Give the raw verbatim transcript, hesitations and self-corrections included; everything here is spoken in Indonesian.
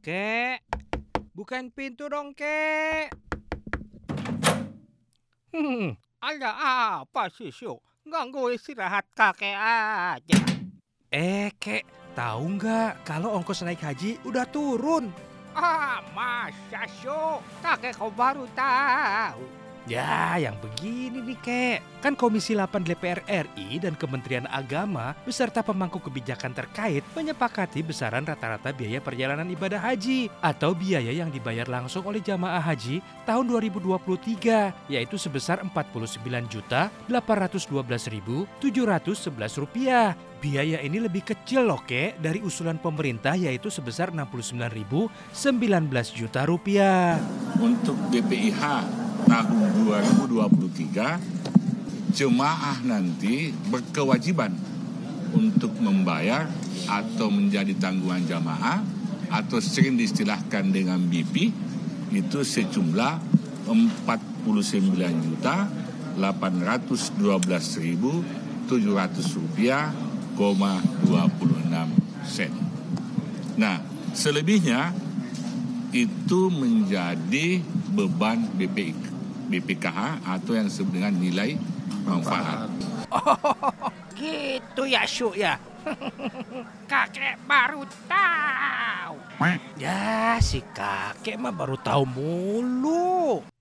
Kek, bukain pintu dong, Kek. Hmm, ada apa sih, Syuk? Ganggu istirahat kakek aja. Eh, Kek, tahu nggak kalau ongkos naik haji udah turun? Ah, masa, Syuk? Kakek kau baru tahu. Ya, yang begini nih, Kek. Kan Komisi delapan D P R R I dan Kementerian Agama beserta pemangku kebijakan terkait menyepakati besaran rata-rata biaya perjalanan ibadah haji atau biaya yang dibayar langsung oleh jamaah haji tahun dua ribu dua puluh tiga, yaitu sebesar empat puluh sembilan juta delapan ratus dua belas ribu tujuh ratus sebelas rupiah. Biaya ini lebih kecil loh, Kek, dari usulan pemerintah yaitu sebesar enam puluh sembilan ribu sembilan belas juta rupiah. Untuk B P I H tahun dua ribu dua puluh tiga, jemaah nanti berkewajiban untuk membayar atau menjadi tanggungan jamaah atau sering diistilahkan dengan B P itu sejumlah empat puluh sembilan juta delapan ratus dua belas ribu tujuh ratus rupiah koma dua puluh enam sen. Nah, selebihnya itu menjadi beban B P I B P K H atau yang disebut dengan nilai manfaat. Oh, gitu ya, Syuk ya. Kakek baru tahu. Ya, si kakek mah baru tahu mulu.